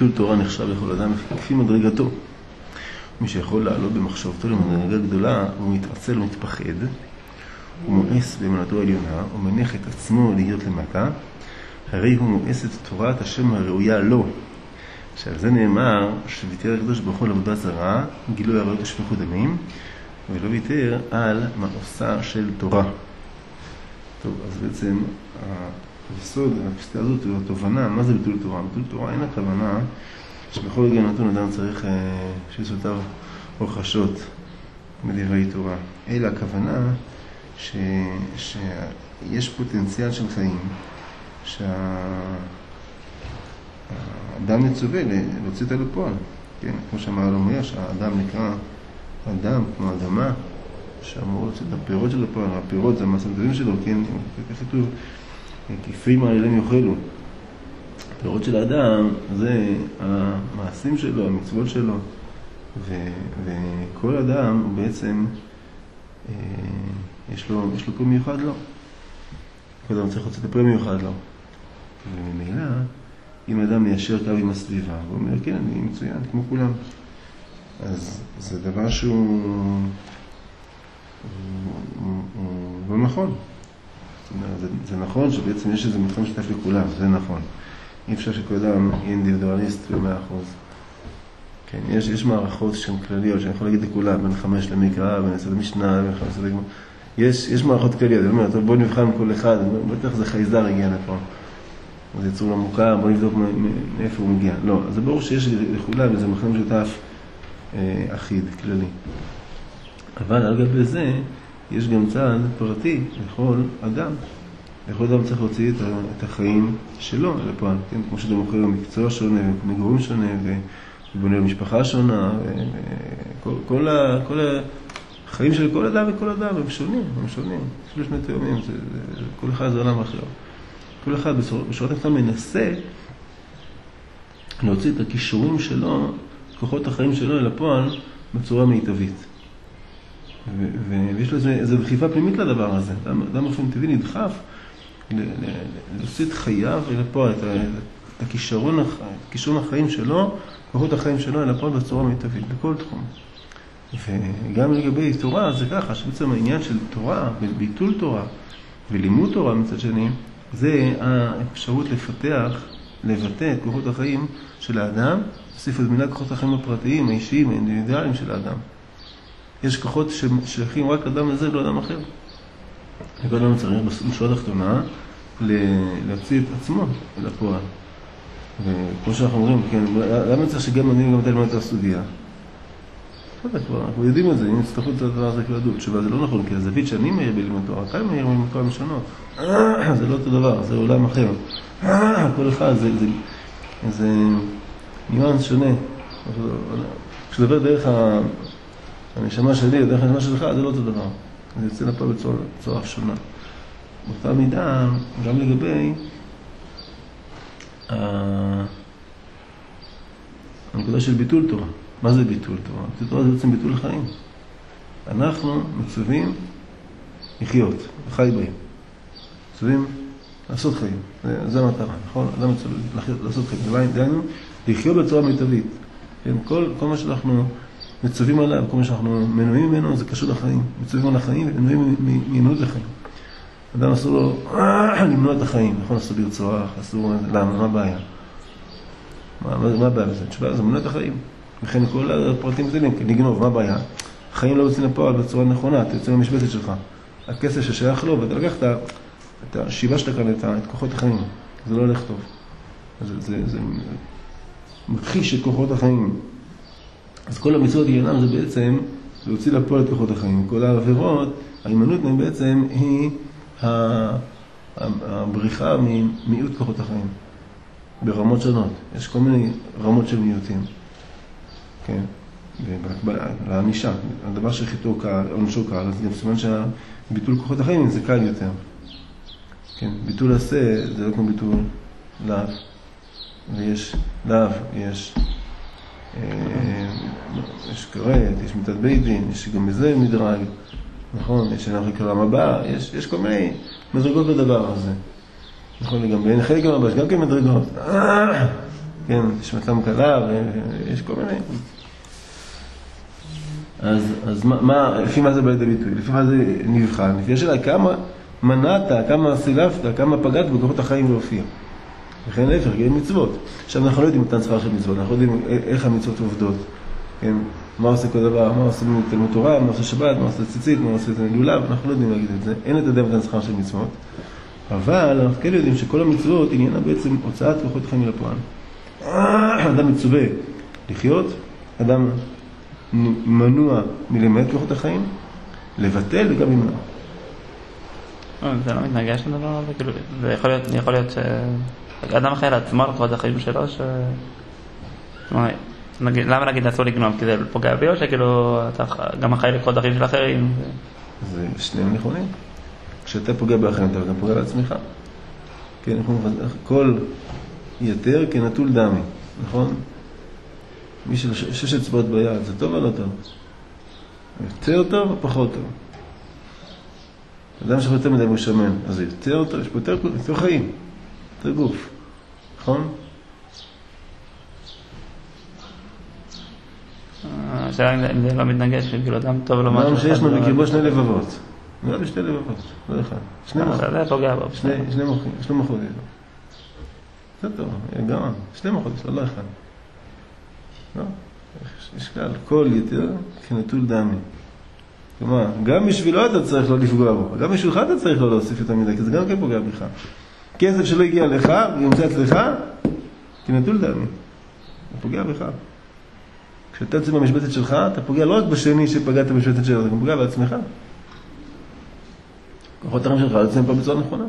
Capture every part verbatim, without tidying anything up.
ביטול תורה נחשב לכל אדם לפי מדרגתו. מי שיכול לעלות במחשבתו למדרגה גדולה, הוא מתעצל ומתפחד, הוא מואס באמונתו העליונה, הוא מניח את עצמו להיות למטה, הרי הוא מואס את תורת השם הראויה לו. עכשיו זה נאמר שוויתר הקדוש ברוך הוא לעבודה זרה, גילוי עריות ושפיכות דמים, ולא ויתר על מעושה של תורה. טוב, אז בעצם היסוד, הפסקה הזאת הוא התובנה, מה זה ביטול תורה? ביטול תורה אין הכוונה שבכל רגע נתון אדם צריך שיסותיו רוחשות בדברי תורה. אלא הכוונה ש... שיש פוטנציאל של חיים שהאדם מצווה להוציא את לפועל. כן, כמו שאמר אלומיה, שהאדם נקרא אדם כמו אדמה, שאמור להוציא את הפירות של הפועל. הפירות זה המעשים טובים שלו, כן, ככתוב, כפרי מעליהם יאכלו. הפירות של האדם זה המעשים שלו, המצוות שלו, ו, וכל אדם הוא בעצם, אה, יש לו, יש לו פרי מיוחד לו. כל אדם צריך להוציא את הפרי מיוחד לו. וממילא, אם האדם מיישר קו עם הסביבה, הוא אומר, כן, אני מצוין, כמו כולם. אז זה דבר שהוא הוא, הוא לא נכון. זה, זה נכון שבעצם יש איזה מתחם שתף לכולם, זה נכון. אי אפשר שכל אדם יהיה אינדיבידואליסט במאה אחוז. כן, יש, יש מערכות שהן כלליות, שאני יכול להגיד לכולם, בין חמש למקרא, בין עשר למשנה, בין חמש לגמר. יש, יש מערכות כלליות, אני אומר, טוב, בוא נבחן כל אחד, בטח זה חייזר הגיע לפה. זה יצור לא מוכר, בוא נבדוק מאיפה הוא מגיע. לא, אז זה ברור שיש לכולם, וזה מכנה משותף אה, אחיד, כללי. אבל על גבי זה, יש גם צעד פרטי לכל אדם. לכל אדם צריך להוציא את החיים שלו לפועל, כן? כמו שאתה מוכר מקצוע שונה, מגורים שונה, ובונה למשפחה שונה, וכל כל ה, כל החיים של כל אדם וכל אדם הם שונים, הם שונים. אפילו שני תאומים, זה, זה, כל אחד זה עולם אחר. כל אחד בשורת הכתב מנסה להוציא את הכישורים שלו, כוחות החיים שלו אל הפועל בצורה מיטבית. ויש לו איזו דחיפה פנימית לדבר הזה. אדם באופן טבעי נדחף להוציא את חייו אל הפועל, את הכישרון, הכישרון החיים שלו, כוחות החיים שלו אל הפועל בצורה מיטבית, בכל תחום. וגם לגבי תורה זה ככה, שבעצם העניין של תורה, ביטול תורה ולימוד תורה מצד שני, זה האפשרות לפתח, לבטא את כוחות החיים של האדם, להוסיף את מילה כוחות החיים הפרטיים, האישיים, האינדיבידואליים של האדם. יש כוחות ששייכים רק אדם לזה, לא אדם אחר. וכל אדם צריך בשורה התחתונה להוציא את עצמו אל הפועל. וכמו שאנחנו אומרים, כן, למה צריך שגם אני וגם תלמד את הסוגיה? אנחנו יודעים את זה, אם נצטרכו את הדבר הזה כלדות. תשובה, זה לא נכון, כי הזווית שאני מאיר בלימוד תורה, אתה מאיר בלימוד תורה משונות. זה לא אותו דבר, זה עולם אחר. כל אחד, זה, זה, זה ניואנס שונה. כשדבר דרך הנשמה שלי, דרך הנשמה שלך, זה לא אותו דבר. זה יוצא לפה בצורה, בצורה שונה. באותה מידה, גם לגבי הנקודה של ביטול תורה. מה זה ביטול תורה? ביטול תורה זה בעצם ביטול החיים. אנחנו מצווים לחיות, חי בהם. מצווים לעשות חיים. זה, זה המטרה, נכון? אדם מצווה לעשות חיים. דהיינו, לחיות בצורה מיטבית. כן? כל, כל מה שאנחנו מצווים עליו, כל מה שאנחנו מנועים ממנו, זה קשור לחיים. מצווים על החיים ומנועים מימנות לחיים. אדם אסור לו למנוע את החיים. נכון, אסור לרצוח, אסור... למה? מה הבעיה? מה, מה, מה הבעיה בזה? תשובה, זה מנוע את החיים. וכן כל הפרטים גדולים, כי נגנוב, מה הבעיה? החיים לא יוצאים לפועל בצורה נכונה, אתה יוצא מהמשבצת שלך. הכסף ששייך לו, ואתה לקח את השיבשת כאן, את כוחות החיים. זה לא הולך טוב. זה, זה, זה מכחיש את כוחות החיים. אז כל המצוות עניינם זה בעצם להוציא לפועל את כוחות החיים. כל העבירות, ההימנעות מהם בעצם היא הבריחה ממיעוט כוחות החיים. ברמות שונות. יש כל מיני רמות של מיעוטים. כן, להענישה, הדבר שחיתו קל, עונשו קל, אז גם סימן שהביטול כוחות החיים זה קל יותר. כן, ביטול עשה זה לא כמו ביטול לאו, ויש לאו, יש יש כרת, יש מיתת בית דין, יש גם בזה מדרג, נכון, יש אנחנו קרם הבא, יש, יש כל מיני מדרגות בדבר הזה. נכון, גם בין חלק גם הבא, יש גם כן מדרגות. כן, נשמתם קלה, ויש כל מיני. אז, אז מה, מה, לפי מה זה בא לידי ביטוי? לפי מה זה נבחן? לפי השאלה, כמה מנעת, כמה סילפת, כמה פגעת בכוחות החיים להופיע. וכן להפך, גם מצוות. עכשיו אנחנו לא יודעים מתן שכר של מצוות, אנחנו לא יודעים איך המצוות עובדות. כן? מה עושה כל דבר, מה עושה תלמוד תורה, מה עושה שבת, מה עושה ציצית, מה עושה לולב, אנחנו לא יודעים להגיד את זה. אין לדעת מתן שכר של מצוות. אבל אנחנו כן יודעים שכל המצוות עניינה בעצם הוצאת כוחות החיים לפועל. אדם מצווה לחיות, אדם מנוע מלמד כוחות החיים, לבטל וגם למנוע. זה לא מתנגש לדבר הזה, כאילו, זה יכול להיות, יכול להיות שאדם אחר לעצמו לכבוד החיים שלו, ש... נגיד, למה נגיד אסור לגנוב? כי זה פוגע בי, או שכאילו אתה גם אחראי לכבוד החיים של אחרים? זה שניהם נכונים. כשאתה פוגע באחרים, אתה גם פוגע לעצמך. כן, כל יתר כנטול דמי, נכון? מי של שש אצבעות ביד, זה טוב או לא טוב? יותר טוב או פחות טוב? אדם שיותר מדי משמן, אז זה יותר טוב, יש פה יותר, יותר חיים, יותר גוף, נכון? השאלה אם זה לא מתנגש, כאילו אדם טוב ולא משהו. אדם שיש לו בקרבו שני לבבות, לא בשתי לבבות, לא אחד. שני מוחים. זה פוגע בו. שני מוחים, יש לו מחות. זה טוב, גאון, שני מחות, יש לו לא אחד. לא, יש כלל, כל יתר כנטול דמי. כלומר, גם בשבילו אתה צריך לא לפגוע בו, גם בשבילך אתה צריך לא להוסיף יותר מדי, כי זה גם כן פוגע בך. כסף שלא הגיע לך, וימצא אצלך, כנטול דמי. זה פוגע בך. כשאתה יוצא במשבצת שלך, אתה פוגע לא רק בשני שפגעת במשבצת שלך, אתה גם פוגע בעצמך. כוחות החיים שלך יוצאים פה בצורה נכונה.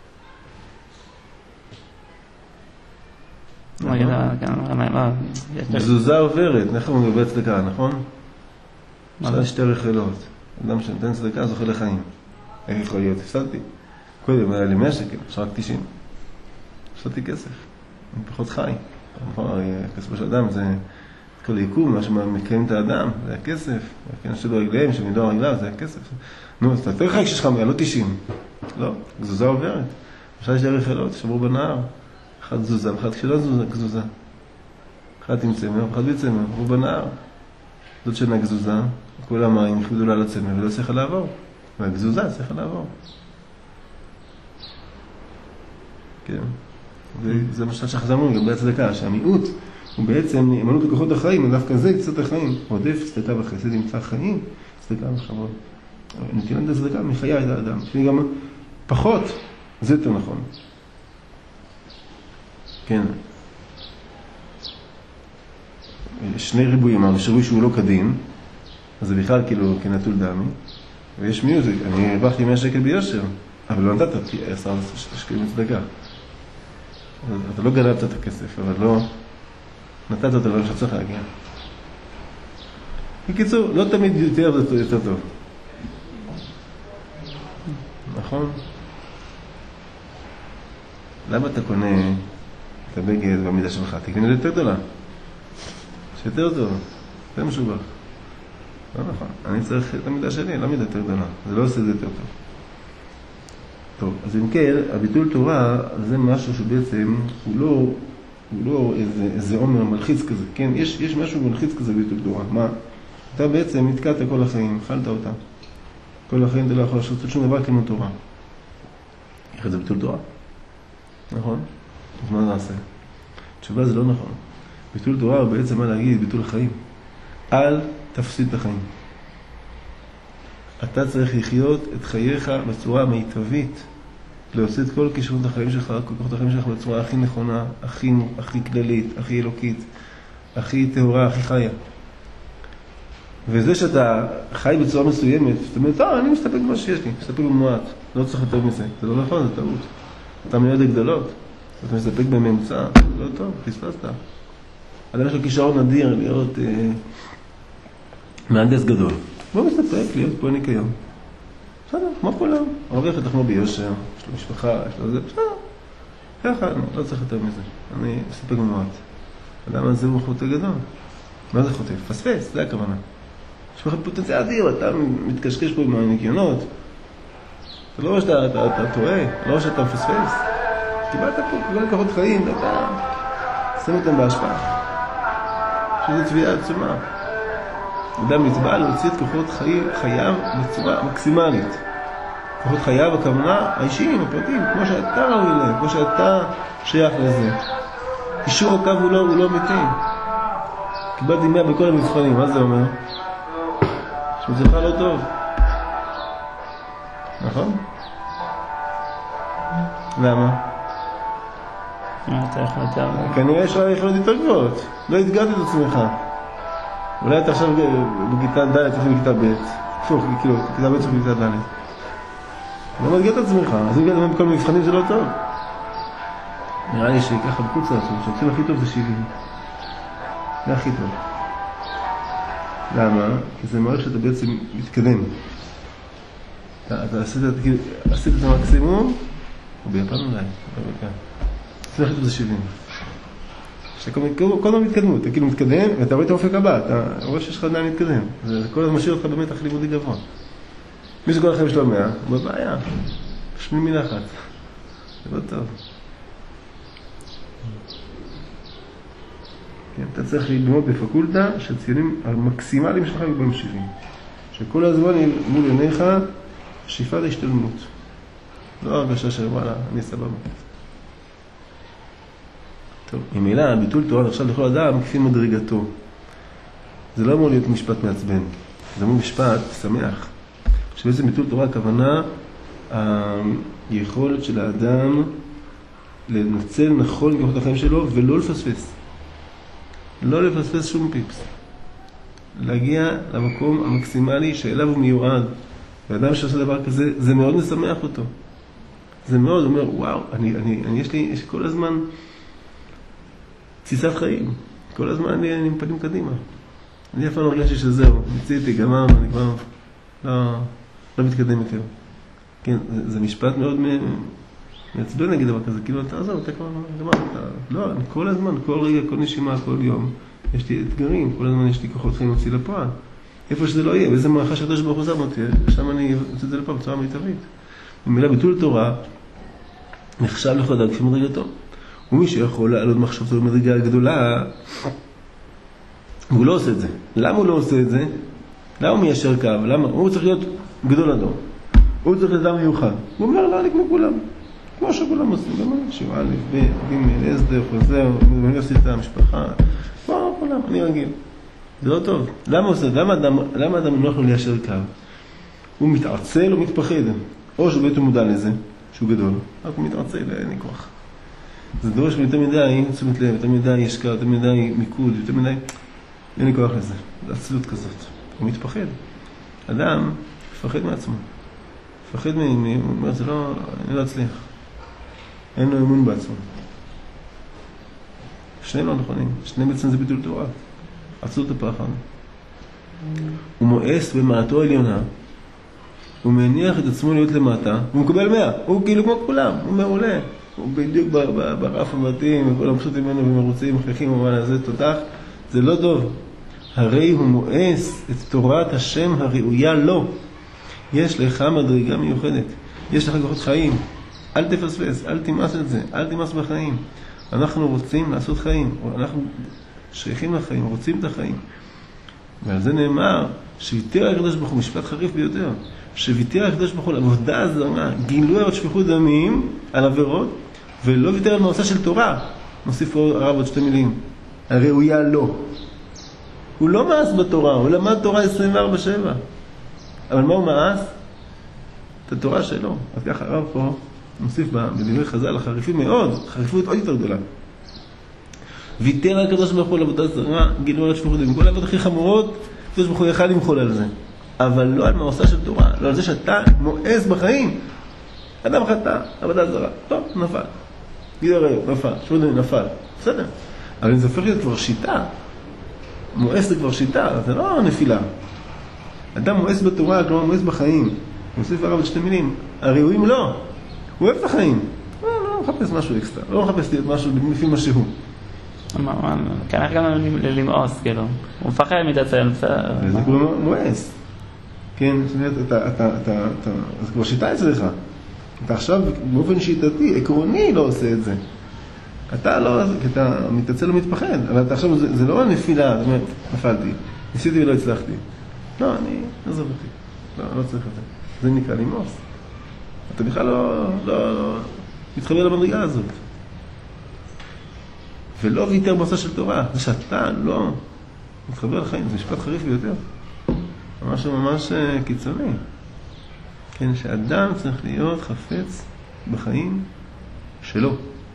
גזוזה עוברת, אנחנו אומרים בצדקה, נכון? יש שתי רחלות. אדם שנתן צדקה זוכה לחיים. איך יכול להיות? הפסדתי. קודם היה לי מאה שקל, עכשיו רק תשעים. הפסדתי כסף. אני פחות חי. כספו של אדם זה כל היקום, מה שמקיים את האדם, זה הכסף. כן, שלו רגליהם, שמדור הרגליו, זה הכסף. נו, אז אתה יותר חי כשיש לך מאה, לא תשעים. לא, גזוזה עוברת. עכשיו יש שתי רחלות, שברו בנהר. אחד זוזה, ואחד כשלא גזוזה. אחד עם צמר, ואחד בלי צמר, הוא בנהר. זאת שאינה גזוזה, כל המים יכבדו לה לצמר ולא צריכה לעבור. והגזוזה צריכה לעבור. כן. וזה משל שחזרנו לגבי הצדקה, שהמיעוט הוא בעצם נאמנות לכוחות החיים, דווקא זה קצת החיים. עודף צדקה וחסד ימצא חיים, צדקה וחבוד. נתינת הצדקה מחיה את האדם. לפני גם פחות, זה יותר נכון. כן. שני ריבועים, אבל יש ריבוי שהוא לא קדים, אז זה בכלל כאילו כנטול דמי, ויש מיעוט, אני הרווחתי מאה שקל ביושר, אבל לא נתת, כי עשרה שקלים מצדקה. אתה לא גנבת את הכסף, אבל לא נתת אותו, אבל שצריך להגיע. בקיצור, לא תמיד יותר זה יותר טוב. נכון? למה אתה קונה את הבגד והמידה שלך? תקנה יותר גדולה. שיותר טוב, יותר משובח. לא נכון, אני צריך את המידה שלי, לא מידה יותר גדולה. זה לא עושה את זה יותר טוב. טוב, אז אם כן, הביטול תורה זה משהו שבעצם הוא לא, הוא לא איזה, איזה עומר מלחיץ כזה, כן? יש, יש משהו מלחיץ כזה בביטול תורה. מה? אתה בעצם נתקעת כל החיים, אכלת אותה. כל החיים אתה לא יכול לעשות שום דבר כמו תורה. איך זה ביטול תורה? נכון? אז מה נעשה? תשובה זה לא נכון. ביטול תורה הוא בעצם מה להגיד, ביטול החיים. אל תפסיד את החיים. אתה צריך לחיות את חייך בצורה המיטבית, להוציא את כל כישרונות החיים שלך, כל כוחות החיים שלך בצורה הכי נכונה, הכי, הכי כללית, הכי אלוקית, הכי טהורה, הכי חיה. וזה שאתה חי בצורה מסוימת, זאת אומרת, אה, אני מסתפק במה שיש לי, מסתפק במועט, לא צריך יותר מזה. זה לא נכון, זה טעות. אתה מיועד לגדלות, אתה מסתפק בממצא, זה לא טוב, פספסת. אדם יש לו כישרון נדיר להיות אה, מהנדס גדול. בוא מסתפק להיות פה ניקיון. בסדר, כמו כולם. הרוויח את עצמו ביושר, יש לו משפחה, יש לו זה, בסדר. ככה, לא צריך יותר מזה. אני מסתפק במועט. אדם הזה הוא חוטא גדול. מה זה חוטא? פספס, זה הכוונה. יש לך פוטנציאל אדיר, אתה מתקשקש פה עם הניקיונות. אתה לא רואה שאתה אתה, אתה, אתה טועה, לא רואה שאתה מפספס. קיבלת פה כל כוחות חיים, אתה שם אותם בהשפעה. שזו תביעה עצומה. אדם נתבע להוציא את כוחות חי... חייו בצורה מקסימלית. כוחות חייו, הכוונה, האישיים, הפרטיים, כמו שאתה ראוי להם, כמו שאתה שייך לזה. אישור הקו הוא לא, הוא לא אמיתי. קיבלתי מאה בכל המבחנים, מה זה אומר? שמצלך לא טוב. נכון? למה? אתה יכול יותר... כנראה יש לך יכולות יותר גבוהות. לא התגעת את עצמך. אולי אתה עכשיו בכיתה ד' אתה בכיתה ב'. פוך, כאילו, בכיתה ב' אתה בכיתה ד'. לא מתגעת את עצמך. אז אם געת בכל המבחנים זה לא טוב. נראה לי שככה בקוצה עצמו, שעושים הכי טוב זה שבעים. זה הכי טוב. למה? כי זה מראה שאתה בעצם מתקדם. אתה, אתה עשית, כאילו, עשית את המקסימום, או ביפן אולי, עשית הכי טוב זה שבעים. שאתה כל הזמן מתקדמות, אתה כאילו מתקדם, ואתה רואה את האופק הבא, אתה רואה שיש לך עדיין מתקדם. זה, זה כל הזמן משאיר אותך באמת הכי לימודי גבוה. מי שכל החיים שלו מאה, הוא בבעיה. שמין מילה אחת. זה לא טוב. אתה צריך ללמוד בפקולטה שהציונים המקסימליים שלך יהיו בהם שבעים. שכל הזמן מול עיניך שאיפת ההשתלמות. לא הרגשה של וואלה, אני סבבה. טוב, ממילא, ביטול תורה נחשב לכל אדם כפי מדרגתו. זה לא אמור להיות משפט מעצבן. זה אמור משפט שמח. שבעצם ביטול תורה הכוונה היכולת של האדם לנצל נכון כוחות החיים שלו ולא לפספס. לא לפספס שום פיפס. להגיע למקום המקסימלי שאליו הוא מיועד. ואדם שעושה דבר כזה, זה מאוד משמח אותו. זה מאוד, הוא אומר, וואו, אני, אני, אני, יש לי, יש כל הזמן תסיסת חיים. כל הזמן אני, אני מפנים קדימה. אני אף פעם לא הרגשתי שזהו, מציתי, גמרנו, אני כבר לא, לא מתקדם יותר. כן, זה, זה משפט מאוד מעצבן נגיד דבר כזה, כאילו אתה עזוב, אתה כבר גמר, אתה... לא, אני כל הזמן, כל רגע, כל נשימה, כל יום, יש לי אתגרים, כל הזמן יש לי כוחות חיים להוציא לפועל. איפה שזה לא יהיה, באיזה מערכה שהקדוש ברוך הוא שם אותי, שם אני אוציא את זה לפועל בצורה מיטבית. במילה ביטול תורה, נחשב לכל אדם כפי מדרגתו. ומי שיכול לעלות מחשבתו במדרגה גדולה, והוא לא עושה את זה. למה הוא לא עושה את זה? למה הוא מיישר קו? למה? הוא צריך להיות גדול אדום. הוא צריך להיות אדם מיוחד. הוא אומר, לא, אני כמו כולם. כמו שכולם עושים, גם אני, שבעה, לבית, ג', הסדר, חוזר, באוניברסיטה, המשפחה, כמו כולם, אני רגיל. זה לא טוב. למה עושה? למה אדם, למה אדם לא יכול ליישר קו? הוא מתעצל או מתפחד? או שבאמת הוא מודע לזה, שהוא גדול. רק הוא מתעצל, אין לי כוח. זה דורש יותר מדי, תשומת לב, יותר מדי ישקע, יותר מדי מיקוד, יותר מדי, אין לי כוח לזה. זה עצלות כזאת. הוא מתפחד. אדם מפחד מעצמו. מפחד מ... הוא אומר, זה לא, אני לא אצליח. אין לו אמון בעצמו. שני לא נכונים. שני בעצם זה ביטול תורה. עצלות הפחד. הוא מואס במעלתו העליונה. הוא מניח את עצמו להיות למטה. הוא מקבל מאה. הוא כאילו כמו כולם. הוא מעולה. הוא בדיוק ברף המתאים, וכל המפשוטים ממנו ומרוצים, מחייכים, אבל זה תותח. זה לא טוב. הרי הוא מואס את תורת השם הראויה לו. יש לך מדרגה מיוחדת. יש לך כוחות חיים. אל תפספס, אל תימאס את זה, אל תימאס בחיים. אנחנו רוצים לעשות חיים. אנחנו שייכים לחיים, רוצים את החיים. ועל זה נאמר, שוויתר הקדוש ברוך הוא, משפט חריף ביותר, שוויתר הקדוש ברוך הוא לעבודה הזרה, גילוי עוד שפיכות דמים על עבירות, ולא ויתר על מעשה של תורה. נוסיף הרב עוד שתי מילים. הראויה לא. הוא לא מאס בתורה, הוא למד תורה עשרים וארבע שבע. אבל מה הוא מאס? את התורה שלו. אז ככה הרב פה נוסיף בדברי חז"ל החריפים מאוד, חריפות עוד יותר גדולה. ויתר הקדוש ברוך הוא לעבודה זרה, גילוי עוד שפיכות דמים. כל העבודות הכי חמורות, הקדוש ברוך הוא יכל למחול על זה. אבל לא על מעשה של תורה, לא על זה שאתה מואס בחיים. אדם חטא, עבודה זרה. טוב, נפל. גילוי רעיון, נפל. שפיכות דמים, נפל. בסדר. אבל אם זה הופך להיות כבר שיטה, מואס זה כבר שיטה, זה לא נפילה. אדם מואס בתורה, כלומר מואס בחיים. מוסיף הרב את שתי מילים. הראויים לא. הוא אוהב את החיים. לא, לא מחפש משהו אקסטרה. לא מחפש להיות משהו לפי מה שהוא. כנראה גם למאוס, כאילו. הוא מפחד מתעצל. זה כבר מואס. כן, זאת אומרת, זה כבר שיטה אצלך. אתה עכשיו באופן שיטתי, עקרוני לא עושה את זה. אתה לא, כי אתה מתעצל ומתפחד, אבל אתה עכשיו, זה, זה לא נפילה, זאת אומרת, נפלתי, ניסיתי ולא הצלחתי. לא, אני, עזוב אותי, לא, לא צריך את זה. זה נקרא לימוס. אתה בכלל לא, לא, לא, מתחבר למדרגה הזאת. ולא ויתר מסע של תורה, זה שאתה לא מתחבר לחיים, זה משפט חריף ביותר. ממש ממש קיצוני. כן, שאדם צריך להיות חפץ בחיים שלו.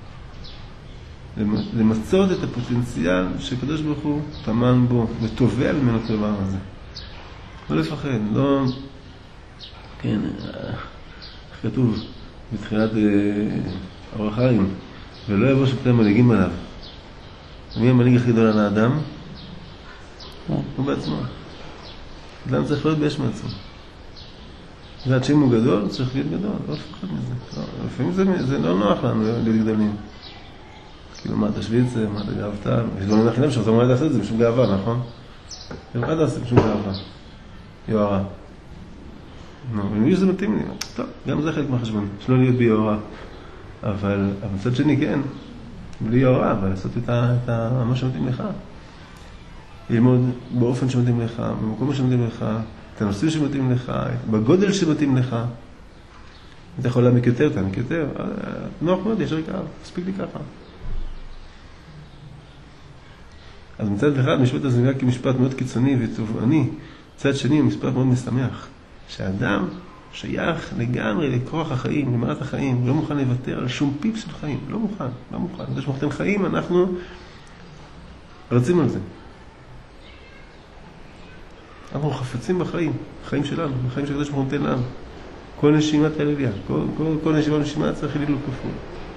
למצות את הפוטנציאל שקדוש ברוך הוא טמן בו, ותובע ממנו את הדבר הזה. לא לפחד, לא... כן, איך כתוב בתחילת אור החיים, ולא יבוא שפתי מנהיגים עליו. מי המנהיג הכי גדול על האדם? הוא בעצמו. אדם צריך להיות באש מעצמו. ועד שם הוא גדול, צריך להיות גדול, לא לפחד מזה. לפעמים זה, זה לא נוח לנו להיות גדולים. כאילו, מה אתה שוויץ, מה אתה גאוותה? יש דברים מהחינם שאתה אומר לעשות את זה בשום גאווה, נכון? זה לא לעשות בשום גאווה. יוהרה. נו, ומי שזה מתאים לי? טוב, גם זה חלק מהחשבון, שלא להיות בי יוהרה. אבל מצד שני, כן, בלי יוהרה, אבל לעשות את, את מה שמתאים לך. ללמוד באופן שמתאים לך, במקום שמתאים לך, את הנושאים שמתאים לך, בגודל שמתאים לך. אתה יכול להעמיק יותר, תעמיק יותר. נוח מאוד, יש ריקה, מספיק לי ככה. אז מצד אחד, משפט הזה נראה כמשפט מאוד קיצוני ותובעני. מצד שני, משפט מאוד משמח. שהאדם שייך לגמרי לכוח החיים, למעט החיים, לא מוכן לוותר על שום פיפס של חיים. לא מוכן, לא מוכן. זה שמוכתן חיים, אנחנו רצים על זה. אנחנו חפצים בחיים, בחיים שלנו, בחיים שקדוש ברוך הוא נותן לנו. כל נשימת הלוויה, כל, כל, כל נשימה נשימה צריך הילול כפול.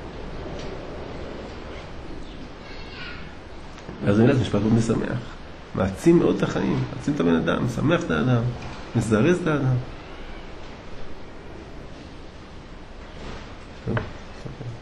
ואז אני יודעת, משפט מאוד משמח. מעצים מאוד את החיים, מעצים את הבן אדם, משמח את האדם, מזרז את האדם. טוב, סופר.